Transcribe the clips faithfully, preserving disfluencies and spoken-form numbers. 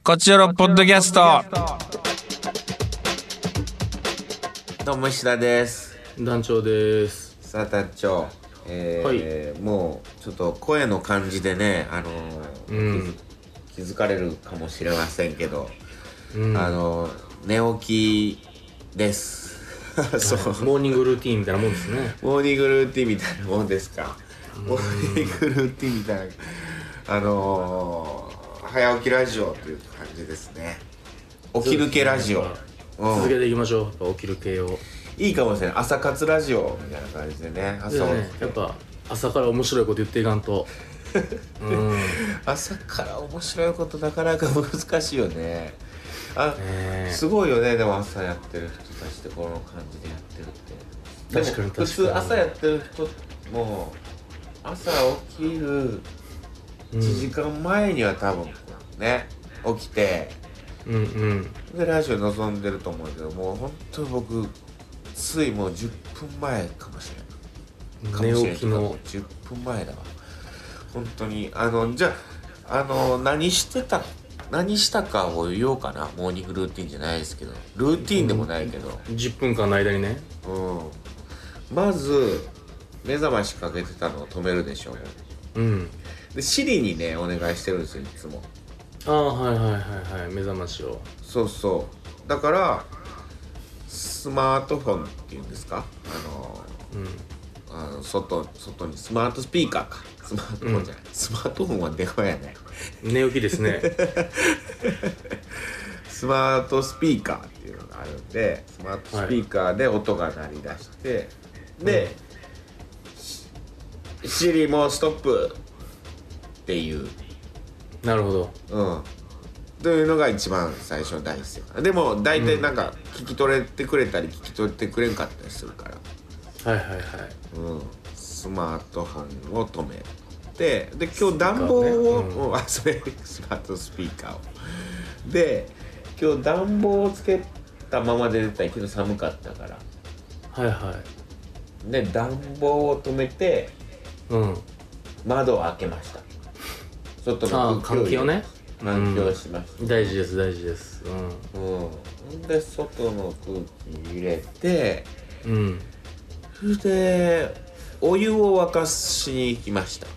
こちらのポッドキャスト。 どうも石田です。 団長です。 さあ団長、えーはい、もうちょっと声の感じでね、あのーうん、気づかれるかもしれませんけど、うん、あのー、寝起きです。 そう、はい、モーニングルーティンみたいなもんですね。 モーニングルーティンみたいなもんですか。モーニングルーティンみたいな、あのー、早起きラジオという感じですね。起きる系ラジオ、ね、 うん、続けていきましょう。起きる系をいいかもしれない。朝活ラジオみたいな感じでね。朝起きて、ね、 やっぱ朝から面白いこと言っていかんと、 うん、朝から面白いことなかなか難しいよね。あ、ね、すごいよね。でも朝やってる人たちってこの感じでやってるって。 確かに確かに。 普通朝やってる人も朝起きるいちじかんまえには多分ね、起きて、うんうん、でラジオ望んでると思うけど、もう本当に僕ついもうじゅっぷんまえかもしれない。 寝起きのじゅっぷんまえだわ。本当にあのじゃああの何してた何したかを言おうかな。モーニングルーティンじゃないですけど、ルーティンでもないけど、 うん、じゅっぷんかんの間にね。 うん。まず目覚ましかけてたのを止めるでしょう。うん。でシリにねお願いしてるんですよいつも。 ああはいはいはいはい、目覚ましを。 そうそう。だからスマートフォンっていうんですか、あの、うん、あの 外, 外にスマートスピーカーかスマートフォンじゃない、うん、スマートフォンは電話やね。 寝起きですね。 スマートスピーカーっていうのがあるんで、スマートスピーカーで音が鳴り出して、はい、で、うん、シリもストップっていう。 なるほど。 うんというのが一番最初の大事よ。でも大体なんか聞き取れてくれたり聞き取ってくれんかったりするから、 はいはいはい、 うん、スマートフォンを止めて、で今日暖房を、ね、うん、あそれスマートスピーカーをで今日暖房をつけたままで出たけど寒かったから、 はいはい、 で暖房を止めて、うん、窓を開けました。外の空気をね換気をしました、 うん、大事です大事です。 うん、うん、で外の空気入れて、うん、それでお湯を沸かしに行きました。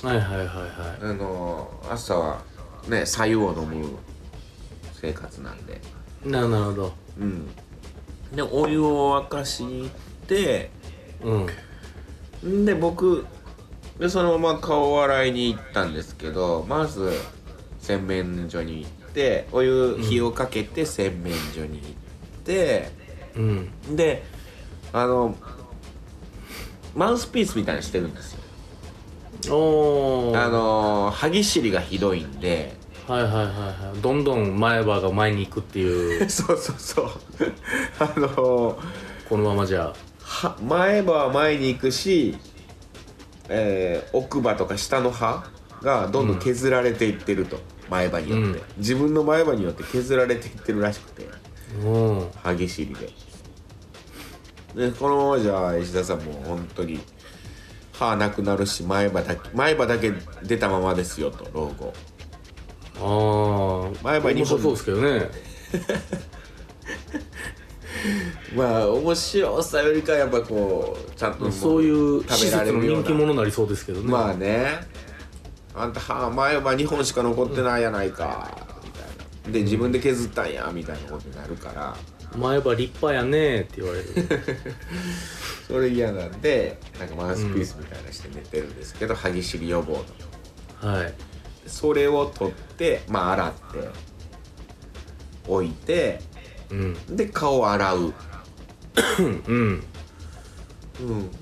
はいはいはいはい。 あの朝はね白湯を飲む生活なんで。 なるほど。 うん。でお湯を沸かしに行って、うん。で僕でそのまま顔洗いに行ったんですけど、まず洗面所に行ってお湯火をかけて洗面所に行って、うん、であのマウスピースみたいにしてるんですよ。おあの歯ぎしりがひどいんで、 はいはいはいはい、どんどん前歯が前に行くっていうそうそうそうあのこのままじゃは前歯は前に行くし、えー、奥歯とか下の歯がどんどん削られていってると、うん、前歯によって、うん、自分の前歯によって削られていってるらしくて、歯ぎしりででこのままじゃ石田さんも本当に歯なくなるし前歯だけ前歯だけ出たままですよと老後。 ああ前歯に面白そうですけどね。 まあ面白さよりかやっぱこうちゃんとそういう施設の人気者になりそうですけどね。 まあね、あんた歯前歯にほんしか残ってないやないかみたいなで、自分で削ったんやみたいなことになるから、 前歯立派やねって言われる。 それ嫌なんでなんかマウスピースみたいなして寝てるんですけど、うん、歯ぎしり予防の、はい、それを取ってまあ洗って置いて、うん、で顔を洗う。うん、うん、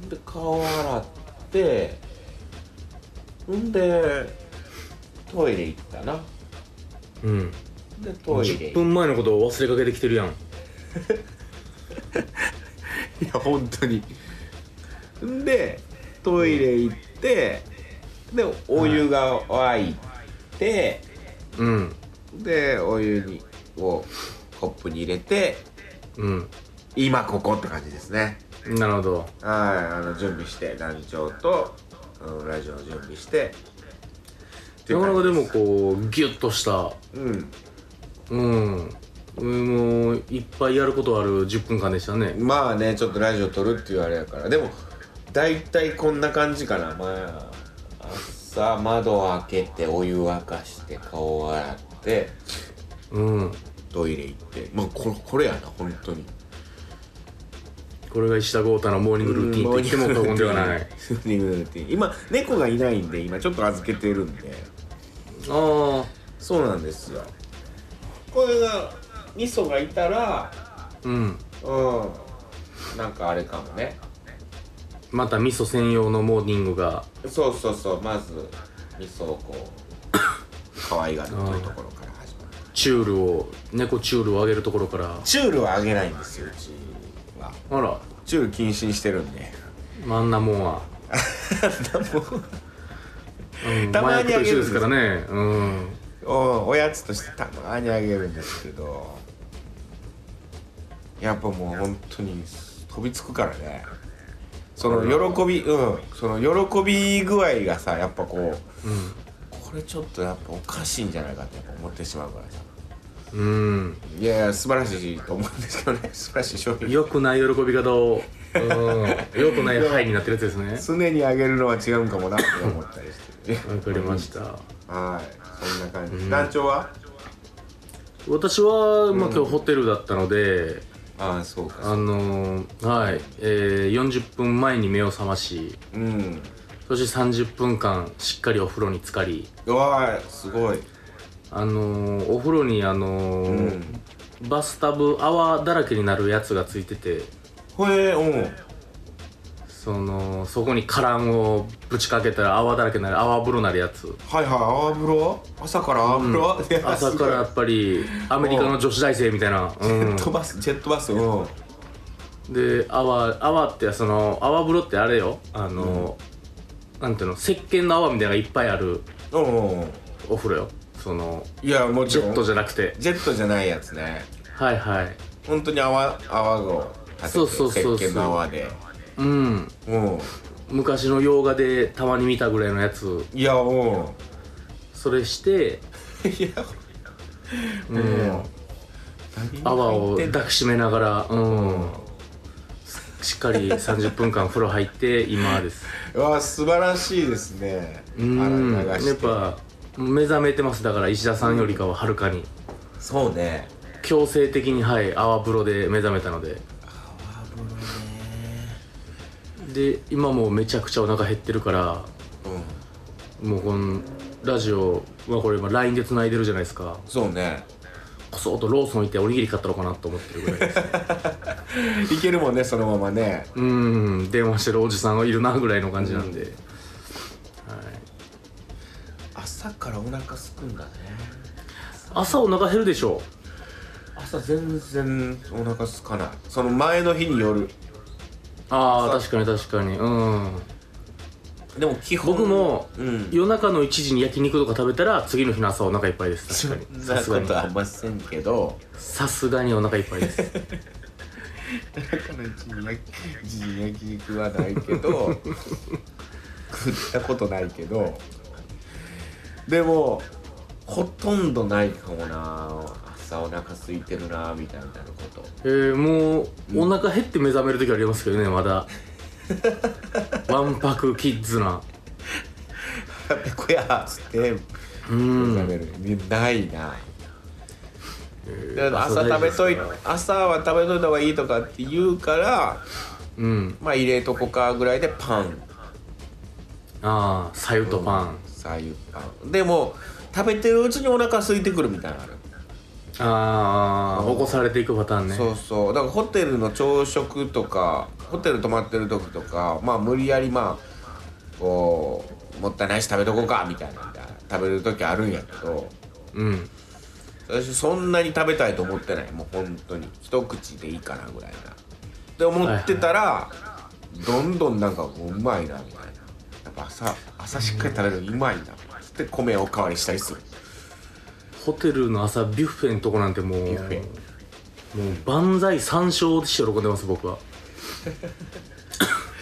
で顔を洗ってんでトイレ行ったな。 うん。でトイレじゅっぷんまえのことを忘れかけてきてるやん。いや本当に。んでトイレ行って、うん、でお湯が沸いて、うん、でお湯にをコップに入れて、うん、今ここって感じですね。 なるほど。 はい、あの準備して団長と、うん、ラジオの準備してなかなかでもこうギュッとしたうんうんもういっぱいやることあるじゅっぷんかんでしたね。 まあねちょっとラジオ撮るっていうあれやからでも大体こんな感じかな。まあ朝窓を開けてお湯沸かして顔を洗ってうんトイレ行ってまあこれこれやな本当に。 これが石田豪太のモーニングルーティンと言っても過言ではない。 モーニングルーティン今猫がいないんで今ちょっと預けてるんで。 ああそうなんですよ。これが味噌がいたらうんうんなんかあれかもね。 また味噌専用のモーニングがそうそうそうまず味噌をこう可愛がるというところから始まる。 チュールを猫チュールをあげるところから。 チュールはあげないんですようちは。 あらチュール禁止にしてるんで。 あんなもんはうん、 たまにあげるんです麻薬と一緒ですからね。うんお, おやつとしてたまにあげるんですけどやっぱもう本当に飛びつくからね。その喜びうんその喜び具合がさやっぱこう、うん、これちょっとやっぱおかしいんじゃないかってやっぱ思ってしまうからさ。 うんいやいや素晴らしいと思うんですけどね素晴らしい商品。 よくない喜び方を、うん、よくないハイになってるやつですね。 常にあげるのは違うんかもなって思ったりしてわかりました。 はいそんな感じ、うん、団長は私は、まあ、今日ホテルだったので、 ああそうかあのー、はい、えー、よんじゅっぷんまえに目を覚まし、 うん、 そしてさんじゅっぷんかんしっかりお風呂に浸かり、 うわーすごい。 あのー、お風呂にあのーうん、バスタブ泡だらけになるやつがついてて、 ほえー、うんそのそこにカランをぶちかけたら泡だらけになる泡風呂なるやつ。 はいはい泡風呂朝から泡風呂、 うん、朝からやっぱりアメリカの女子大生みたいな、 ジェットバス、うん、ジェットバスうんで泡泡ってその泡風呂ってあれよあの、うん、なんていうの石鹸の泡みたいなのがいっぱいあるお風呂よ。そのいやもちろんジェットじゃなくてジェットじゃないやつね。 はいはい本当に泡泡を立ててそうそうそうそう石鹸の泡でうん、うん、昔の洋画でたまに見たぐらいのやつ。 いやうんそれしていやうん、泡を抱きしめながらうん、うん、しっかりさんじゅっぷんかん風呂入って今です。 うわ素晴らしいですね。 うんやっぱ目覚めてます。だから石田さんよりかははるかに、うん、 そうね強制的にはい泡風呂で目覚めたので。 泡風呂ねで今もうめちゃくちゃお腹減ってるから、うん、もうこのラジオはこれ今 ライン で繋いでるじゃないですか。 そうねこそっとローソン行っておにぎり買ったのかなと思ってるぐらいです、ね、 いけるもんねそのままね。 うん電話してるおじさんがいるなぐらいの感じなんで、うんはい、 朝からお腹すくんだね。 朝お腹減るでしょ。 朝全然お腹すかない。その前の日による。 ああ確かに確かにうんでも基本僕も、 うん、 夜中のいちじに焼肉とか食べたら次の日の朝お腹いっぱいです。確かにそんなことはありませんけどさすがにお腹いっぱいです夜中のいちじに焼肉はないけど食ったことないけどでもほとんどないかもな。朝お腹空いてるなみたいなこと。 えー、もう、うん、お腹減って目覚める時ありますけどねまだわんぱくキッズなペコやっつって目覚める、うん、ないな、えー、朝食べとい朝は食べといた方がいいとかって言うから、うん、まあ入れとこかぐらいでパン。 ああさゆとパン、 うん、さゆパンでも食べてるうちにお腹空いてくるみたいなのある。 ああ起こされていくパターンね。 そうそうだからホテルの朝食とかホテル泊まってる時とかまあ無理やりまあこうもったいないし食べとこうかみたいな食べる時あるんやけどうん私そんなに食べたいと思ってない。もう本当に一口でいいかなぐらいなって思ってたら、はい、どんどんなんかもううまいなみたいな。やっぱ朝朝しっかり食べるのうまいなって米をおかわりしたりする。 ホテルの朝ビュッフェのとこなんてもうビュッフェもう万歳三唱して喜んでます僕は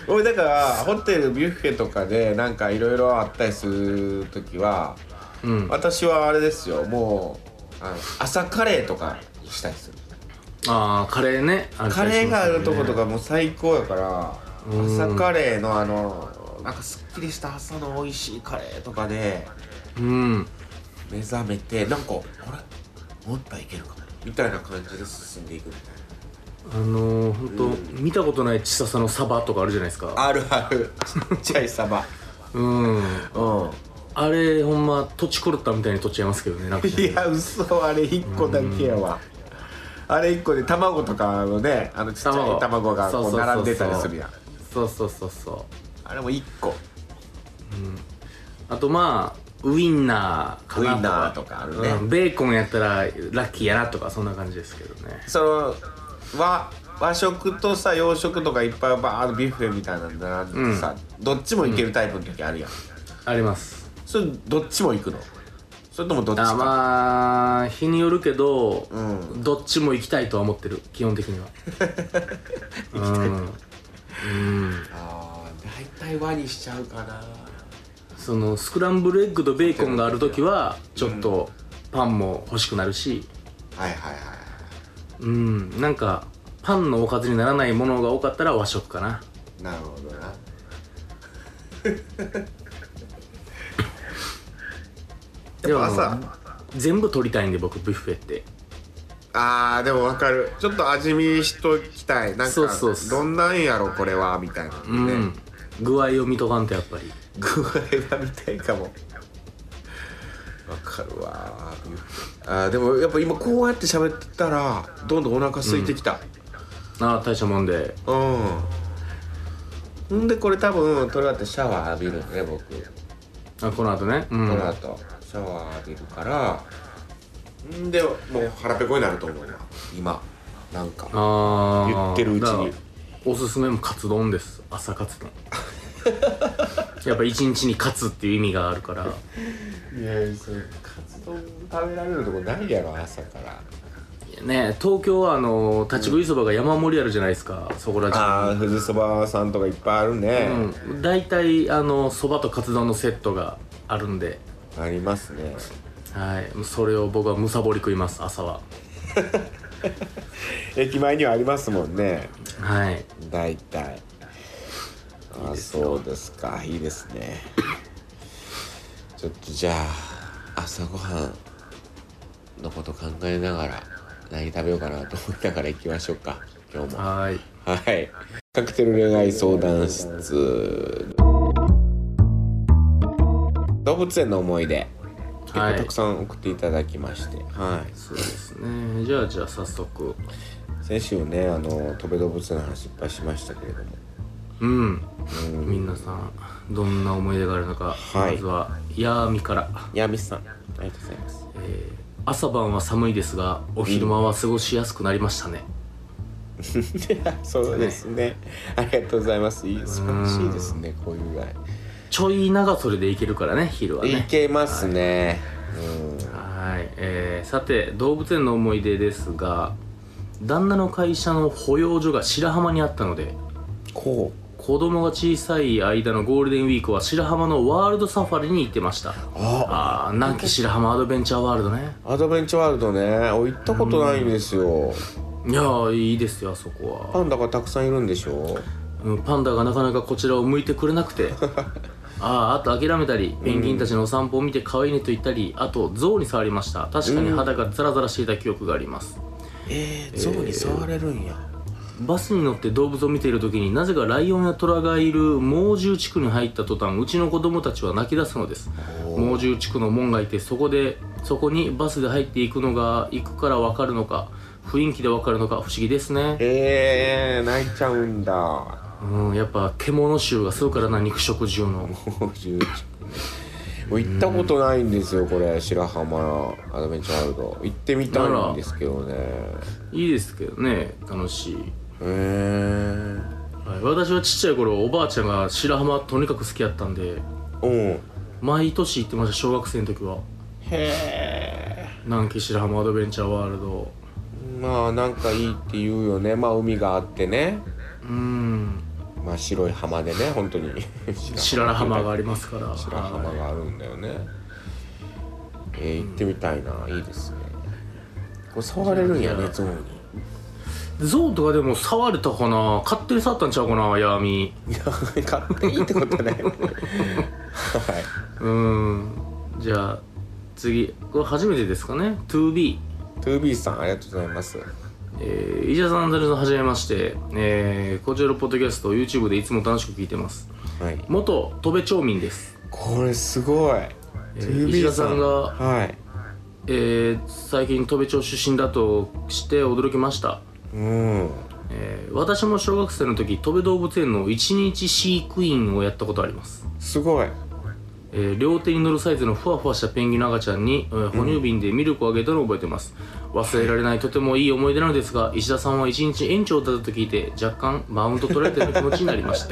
俺だからホテルビュッフェとかでなんかいろいろあったりする時は、うん、私はあれですよ、もうあの朝カレーとかしたりする。 あーカレーね、 あ、カレーがあるとことかもう最高やから、朝カレーのあのなんかすっきりした朝の美味しいカレーとかで、うん、目覚めてなんかあれもっといけるかもみたいな感じで進んでいくみたいな。 あのー、ほんと、うん、見たことない小ささのサバとかあるじゃないですか。 あるある、ちっちゃいサバうん、うん、 あれほんま土地狂ったみたいに取っちゃいますけどね、なんかね。 いや嘘、あれいっこだけやわ、うん、あれいっこで卵とかのね、あのちっちゃい卵がこう並んでたりするやん。 そうそうそうそう、 あれもいっこ、 うん、あとまあウインナーかなとか、ウインナーとかあるね、うん、ベーコンやったらラッキーやなとかそんな感じですけどね。 その和, 和食とさ洋食とかいっぱいバーッとビュッフェみたいなんだなってさ、うん、どっちもいけるタイプの時あるやん、うん、 あります。それどっちも行くの？それともどっちか？ あ、まあ日によるけど、うん、どっちも行きたいとは思ってる、基本的には。 行きたい、うん、うん、あー大体和にしちゃうかな。 そのスクランブルエッグとベーコンがある時はちょっとパンも欲しくなるし、 うん、はいはいはい、 うん、なんかパンのおかずにならないものが多かったら和食かな。 なるほどな。 でも朝全部取りたいんで僕ビュッフェって。 あーでも分かる、ちょっと味見しときたい、なんかそうそうそう、どんなんやろこれはみたいなね、うん、 具合を見とかんとやっぱり。 具合は見たいかも。分かるわ。あでもやっぱ今こうやって喋ってたらどんどんお腹空いてきた、 うん、ああ大したもんで。 うんんでこれ多分取り終わってシャワー浴びるんね僕。 あこの後ね、うん、 この後シャワー浴びるからんでもう腹ペコになると思うわ今なんか言ってるうちに。 おすすめもカツ丼です、朝カツ丼。やっぱ一日にカツっていう意味があるから。 いやそれカツ丼食べられるとこないやろ朝から。 ね、東京はあの立ち食いそばが山盛りあるじゃないですか、うん、そこら中に。 ああ富士そばさんとかいっぱいあるね。 うん、大体あのそばとカツ丼のセットがあるんで。 ありますね。 はい、それを僕はむさぼり食います朝は。 駅前にはありますもんね。 はい、 大体。ああそうですか、いいですね。ちょっとじゃあ朝ごはんのこと考えながら何食べようかなと思いながら行きましょうか今日も。 はいはいカクテル恋愛相談室。動物園の思い出結構たくさん送っていただきまして、はい、はい、 そうですね。じゃあじゃあ早速、 先週ねあの飛べ動物園の話いっぱいしましたけれども、 うん、うん、皆さんどんな思い出があるのか、はい、まずはヤーミから。 ヤーミさんありがとうございます。 えー、朝晩は寒いですがお昼間は過ごしやすくなりましたね。 そうですね、ありがとうございます。いい素晴らしいですね、こういうぐらいちょい長袖でいけるからね昼はね。 いけますね。 はい、はい、えー、さて動物園の思い出ですが、旦那の会社の保養所が白浜にあったので、 こう子供が小さい間のゴールデンウィークは白浜のワールドサファリに行ってました。ああ南紀白浜アドベンチャーワールドね。 アドベンチャーワールドね、行ったことないんですよ。 いやーいいですよあそこは。 パンダがたくさんいるんでしょう、うん、パンダがなかなかこちらを向いてくれなくてあああと諦めたりペンギンたちのお散歩を見て可愛いねと言ったり、あと象に触りました。確かに肌がザラザラしていた記憶があります。 うん、えー、象に触れるんや。 えー、バスに乗って動物を見ている時になぜかライオンやトラがいる猛獣地区に入った途端うちの子供たちは泣き出すのです。猛獣地区の門がいてそこでそこにバスで入っていくのが行くから分かるのか雰囲気で分かるのか不思議ですね。 えー、泣いちゃうんだ。 うん、やっぱ獣臭がするからな、肉食獣の。 猛獣地区ね。もう行ったことないんですよこれ白浜アドベンチャーワールド。行ってみたいんですけどね。 いいですけどね、楽しい。へえ、 はい、私はちっちゃい頃おばあちゃんが白浜とにかく好きやったんで、 うん、 毎年行ってました小学生の時は。 へえ、 南紀白浜アドベンチャーワールド。 まあなんかいいって言うよね。まあ海があってね。 うん、 まあ白い浜でね本当に白良浜がありますから白浜があるんだよね、はい、えー、行ってみたいな、うん、いいですね。これ触れるんやねゾウに。 ゾウとかでも触れたかな、勝手に触ったんちゃうかなヤーミ。 いや勝手にってことねはい、 うーん、じゃあ次、これ初めてですかね。 トゥービートゥービー さんありがとうございます。 えー、伊者さん、ダルさん、はじめまして、えー、こちらのポッドキャスト YouTube でいつも楽しく聞いてます、はい、元戸部町民です。 これすごい、 えー、伊者さんが、 はい、 えー、最近戸部町出身だとして驚きました。うん、えー、私も小学生の時、戸部動物園の一日飼育員をやったことあります。 すごい。 えー、両手に乗るサイズのふわふわしたペンギンの赤ちゃんに、えー、哺乳瓶でミルクをあげたのを覚えてます、うん、忘れられないとてもいい思い出なのですが、石田さんは一日園長だったと聞いて若干マウント取られたような気持ちになりました、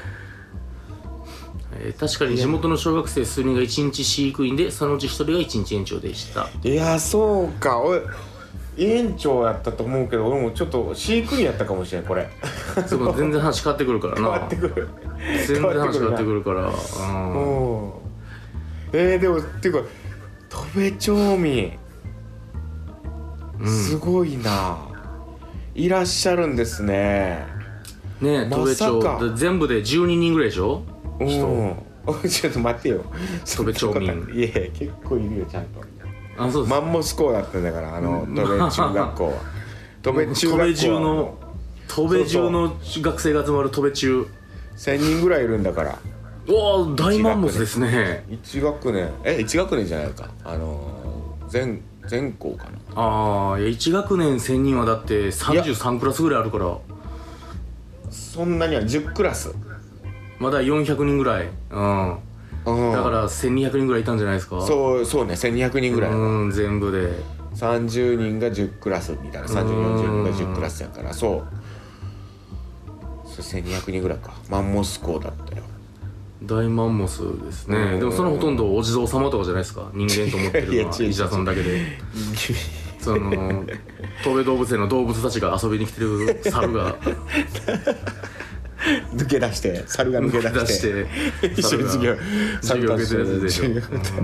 えー、確かに地元の小学生数人が一日飼育員で、そのうち一人が一日園長でした。 いやそうか、俺園長やったと思うけど、俺もちょっと飼育員やったかもしれんこれそう全然話変わってくるからな。 変わってくる全然話変わってくるから。うん、 えー、でもっていうか戸部町民、うん、すごいな、いらっしゃるんですね。 ねえ、戸部町全部でじゅうににんぐらいでしょ。 うん、ちょっと待ってよ、 戸部町民。 いや結構いるよちゃんと。 あ、そうです。 マンモス校だったんだから、あの戸部中学校は戸部中学校は戸部中の戸部中の学生が集まる戸部中せんにんぐらいいるんだから。 おお、大マンモスですね。 いち学年、えいち学年じゃないか、あのー、全全校かな。 ああ、いやいち学年せんにんはだってさんじゅうさんクラスぐらいあるから。 そんなにはじゅうクラス、 まだよんひゃくにんぐらい。うん、うん、だからせんにひゃくにんぐらいいたんじゃないですか。 そうそうね、せんにひゃくにんぐらい。 うん、全部でさんじゅうにんがじゅうクラスみたいな、さんじゅう、よんじゅうにんがじゅうクラスやから、そうせんにひゃくにんぐらいか。マンモス校だったよ。 大マンモスですね。でもそのほとんどお地蔵様とかじゃないですか、人間と思ってるのは石田さんだけでその戸部動物園の動物たちが遊びに来てる猿が抜け出して猿が抜け出して一緒に授業授業受けてるやつでしょ。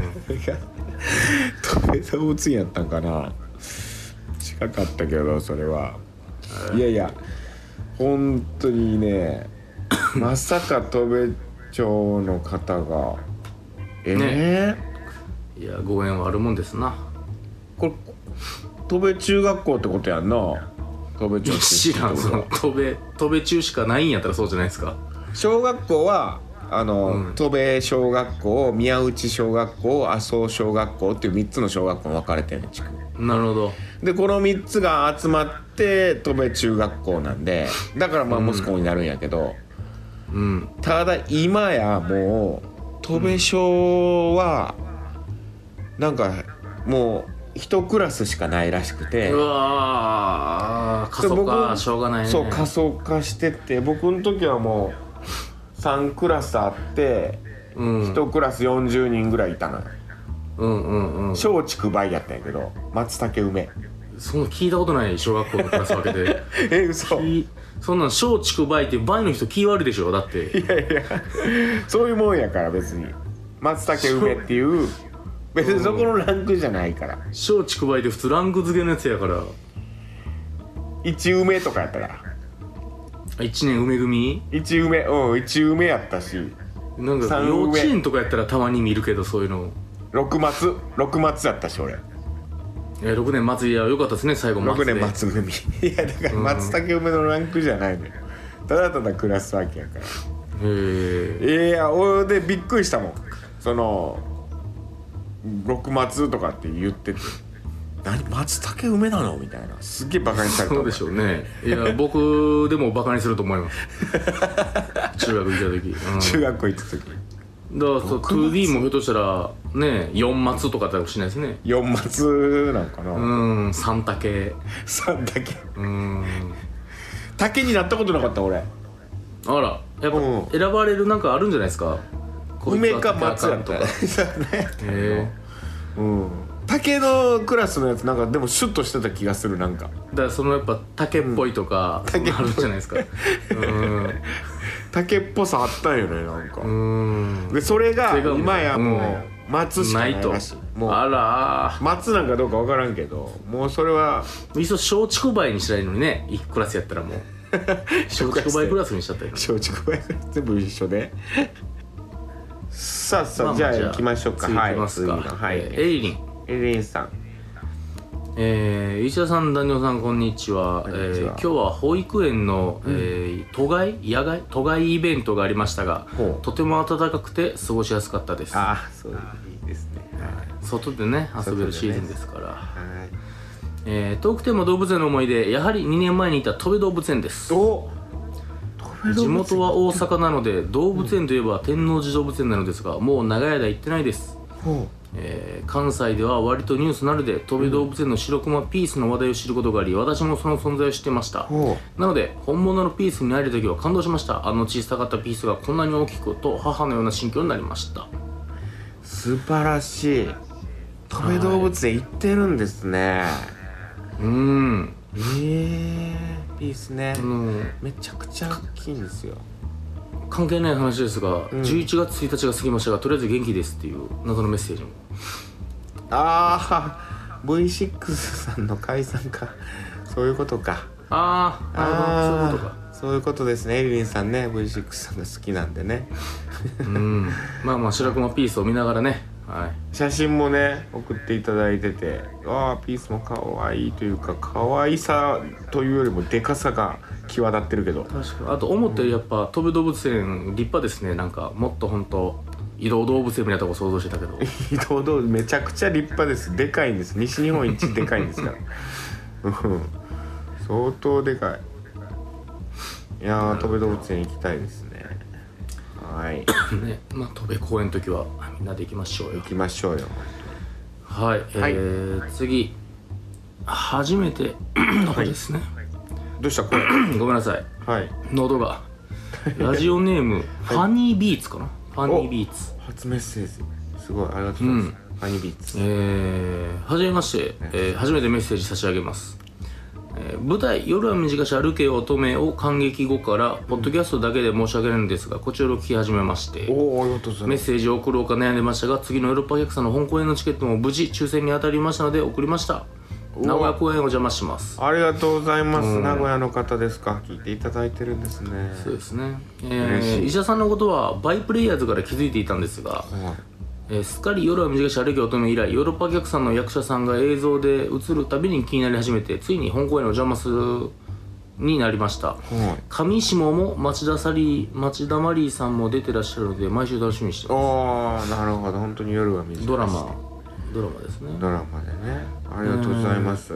戸部動物園やったんかな、近かったけどそれは。いやいや本当にねまさか戸部町の方がえー、ね、 いやご縁はあるもんですな。 これ戸部中学校ってことやんな。戸部町知らん、その戸部戸部中しかないんやったらそうじゃないですか。 小学校はあの戸部、うん、小学校、宮内小学校、麻生小学校っていうみっつの小学校に分かれてるね、地区。 なるほど。 でこのみっつが集まって戸部中学校なんで、だからマンモス校になるんやけど、うん、ただ今やもう戸部小はなんかもう一クラスしかないらしくて、 うわー、過疎化しょうがないね。 そう過疎化してて、僕の時はもうさんクラスあって、うん、いちクラスよんじゅうにんぐらいいたのよ。うんうんうん。小畜梅やったんやけど、松茸梅。 そんな聞いたことない小学校のクラス分けでえ、嘘。 そんなん小畜梅って梅の人気悪いでしょ、だって。 いやいやそういうもんやから別に松茸梅っていう別にそこのランクじゃないから。 小畜梅って普通ランク付けのやつやから。 一梅とかやったら一年梅組一梅、うん、一梅やったし、 なんか幼稚園とかやったらたまに見るけど、そういうの六松六松やったし俺。 えろくねん末いやよかったですね、最後松でろくねん末組いやだから松茸梅のランクじゃないのよ、ただただクラス分けやから。へえ。いや俺でびっくりしたもん、その六松とかって言ってて、何松茸梅なのみたいな、すっげえバカにされた。 そうでしょうね。いや僕でもバカにすると思います中学行った時、 うん、中学校行った時だからそう ツービー もひょっとしたらねよん松とかだったかもしれないですね。 よん松なんかな。 うん、三竹三竹。 うん、 竹になったことなかった俺。 あら、やっぱ選ばれるなんかあるんじゃないですか。 梅か松やったらそうね。へえ。うん、竹のクラスのやつなんかでもシュッとしてた気がする。なんかだからそのやっぱ竹っぽいとか、うん、あるんじゃないですかうん竹っぽさあったんよねなんか。 うーんでそれがそれが今やもうんう松しかないらしい。もうあら松なんかどうか分からんけどもうそれはいっそ松竹梅にしたらいいのにね、いちクラスやったらもう松竹梅クラスにしちゃったよ。 松竹梅全部一緒でさあさあ、 まあまあじゃあ行きましょうか。 次はい行きますか。 次のはい、 えーエリリン、 エリンさんえー、石田さん、男女さん、こんにちは。 こんにちはえー今日は保育園の、えー都外野外都外イベントがありましたが、 ほうとても暖かくて過ごしやすかったです。 ああそういいですね。 外でね遊べるシーズンですから、 はいえートークテーマ動物園の思い出、やはりにねんまえにいた戸部動物園です。 お地元は大阪なので動物園といえば天王寺動物園なのですが、もう長い間行ってないです。 ほえー関西では割とニュースなので戸部動物園の白熊ピースの話題を知ることがあり、私もその存在を知ってました。 うほなので本物のピースに会える時は感動しました。あの小さかったピースがこんなに大きくと母のような心境になりました。 う素晴らしい。戸部動物園行ってるんですね。 うーんえー、ピースね、 あのめちゃくちゃ大きいんですよ。 関係ない話ですが、 うんじゅういちがつついたちが過ぎましたがとりあえず元気ですっていう謎のメッセージも。 ああ ブイシックス さんの解散かそういうことか。 あーあーそういうことか。 そういうことですね。エリリンさんね ブイシックス さんが好きなんでねうんまあまあ白熊ピースを見ながらね、はい写真もね送っていただいてて、ああピースも可愛いというか可愛さというよりもでかさが際立ってるけど、 確かに。あと思ったよりやっぱ戸部動物園立派ですね。なんかもっとほんと移動動物園みたいなとこ想像してたけど移動動物めちゃくちゃ立派です。でかいんです。西日本一でかいんですからうん相当でかい。いやー戸部動物園行きたいですね。はいね、まあ戸部公園の時はみんなで行きましょうよ。 行きましょうよ。 はい、えー次初めての方ですね、 どうしたこれごめんなさいはい喉がラジオネーム、ファニービーツかな、ファニービーツ。 初メッセージすごいありがとうございます、ファニービーツ。 えー、はじめまして、えー初めてメッセージ差し上げます。えー舞台「夜は短し歩けよ乙女」を感激後からポッドキャストだけで申し訳ないのですがこちらを聞き始めまして、 おおありがとうございます。 メッセージを送ろうか悩んでましたが、次のヨーロッパ客さんの香港へのチケットも無事抽選に当たりましたので送りました。名古屋公演お邪魔します。 ありがとうございます。名古屋の方ですか。聞いていただいてるんですね。 そうですね、え嬉しいー、石田さんのことはバイプレイヤーズから気づいていたんですが、 はいえーすっかり夜は短し歩け乙女以来ヨーロッパ客さんの役者さんが映像で映るたびに気になり始めて、ついに本公演お邪魔するになりました。 はい上下も町田サリー町田マリーさんも出てらっしゃるので毎週楽しみにしてまああなるほど。本当に夜は短いす。ドラマドラマですね。 ドラマでね。ありがとうございます。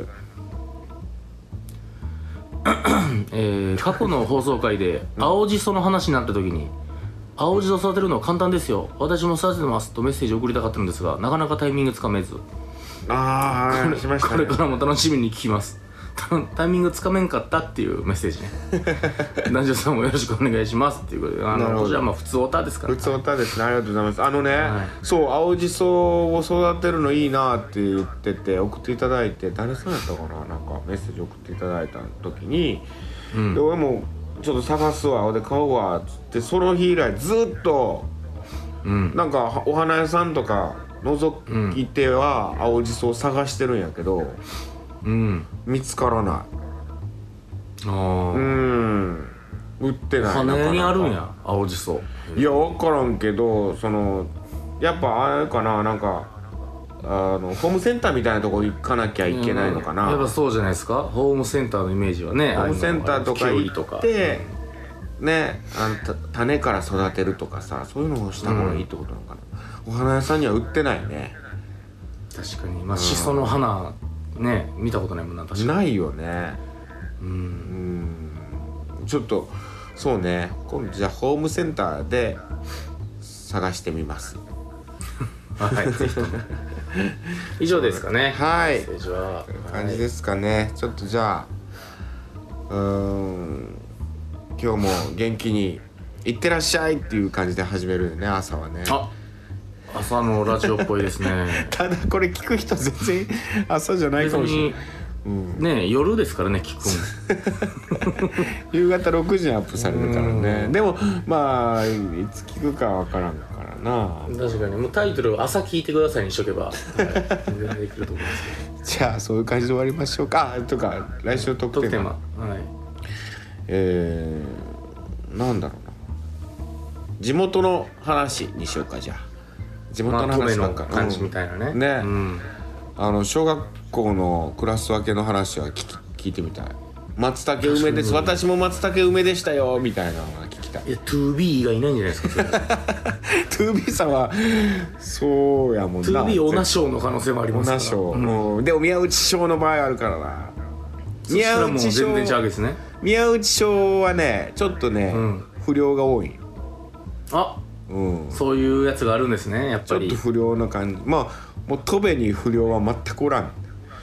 えー過去の放送回で青じその話になった時に「青じそ育てるのは簡単ですよ、私も育ててます」とメッセージを送りたかったのですがなかなかタイミングつかめず、 ああこれしましたね。 これからも楽しみに聞きます。たタイミングつかめんかったっていうメッセージね男女さんもよろしくお願いしますっていうことで、あなるほどのこちらはまあ普通オタですから普通歌ですね。ありがとうございます。あのね、 はいそう青じそを育てるのいいなって言ってて送っていただいて、誰さんやったかな、なんかメッセージ送っていただいた時に、 うんで俺もちょっと探すわで買うわっつって、その日以来ずっとうんなんかお花屋さんとか覗いては青じそを探してるんやけどうん見つからない。 あうーん売ってない。 花屋にあるんなかなかや青じそ。 いや分からんけど、そのやっぱあれかな、なんかあのホームセンターみたいなとこ行かなきゃいけないのかな。 やっぱそうじゃないですか。ホームセンターのイメージはね、 ホームセンターとか行とかってね、あのた種から育てるとかさ、そういうのをした方がいいってことなのかな、お花屋さんには売ってないね。 確かにまあシソの花ね見たことないもんな、確かに。 ないよね。 ううんんちょっとそうね、今度じゃあホームセンターで探してみます。 はいぜひとも以上ですかね。 はいメッセージは感じですかね。ちょっとじゃあうーん今日も元気にいってらっしゃいっていう感じで始めるよね、朝はね。 あ朝のラジオっぽいですねただこれ聞く人全然朝じゃないかもしれない。 うん、 ね夜ですからね聞くん夕方ろくじにアップされるからね。でもまあいつ聞くかわからんからな。 確かにもうタイトル朝聞いてくださいにしとけば、はい、全然できると思いますけどじゃあそういう感じで終わりましょうか。とか来週のトークテーマ、 はい、 えー、なんだろうな、地元の話にしようか。じゃあ地元の話ばっか、 まあ、の感じみたいなね、 うん、ね、 うん、 あの小学校のクラス分けの話は聞き聞いてみたい。松茸梅です、私も松茸梅でしたよみたいなのが聞きたい。 いや トゥービー がいないんじゃないですかトゥービー さんはそうやもんな。 トゥービー オナ賞の可能性もありますから。 オナ賞、うん、でも宮内賞の場合あるからな。宮内賞全然違うですね。 宮内賞はねちょっとね、うん、不良が多い。 あ、うん、そういうやつがあるんですね。やっぱりちょっと不良な感じ。まあもう戸部に不良は全くおらん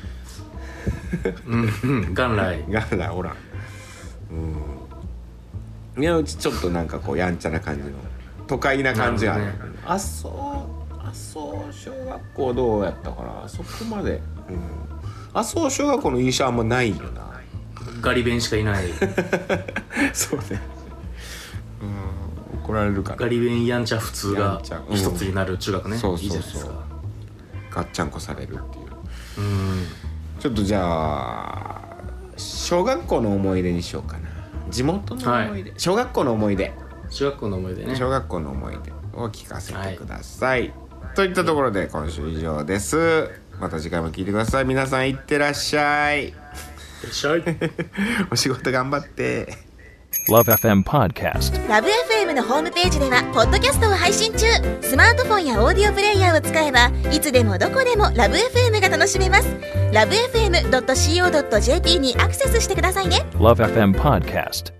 うんうん元来元来おらん、うん、宮内ちょっとなんかこうやんちゃな感じの都会な感じがある、ね、あそうあそう小学校どうやったかな。そこまで、うん、あそう小学校の印象あんまないよな。 ガリ弁しかいないそうね、うん、怒られるから。 ガリ弁やんちゃ普通が一つになる中学ね、うん、 そうそうそう、 いいじゃないですか。 ガッチャンコされるっていう。 うん、 ちょっとじゃあ小学校の思い出にしようかな。地元の思い出、はい、小学校の思い出小学校の思い出ね。 小学校の思い出を聞かせてください、はい、といったところで今週以上です。また次回も聞いてください。皆さんいってらっしゃい。いってらっしゃいお仕事頑張って。 Love エフエム Podcast。 ラブ エフエム のホームページではポッドキャストを配信中。スマートフォンやオーディオプレイヤーを使えばいつでもどこでもラブ エフエム が楽しめます。ラブ エフエムドットシーオードットジェーピー にアクセスしてくださいね。 Love エフエム Podcast。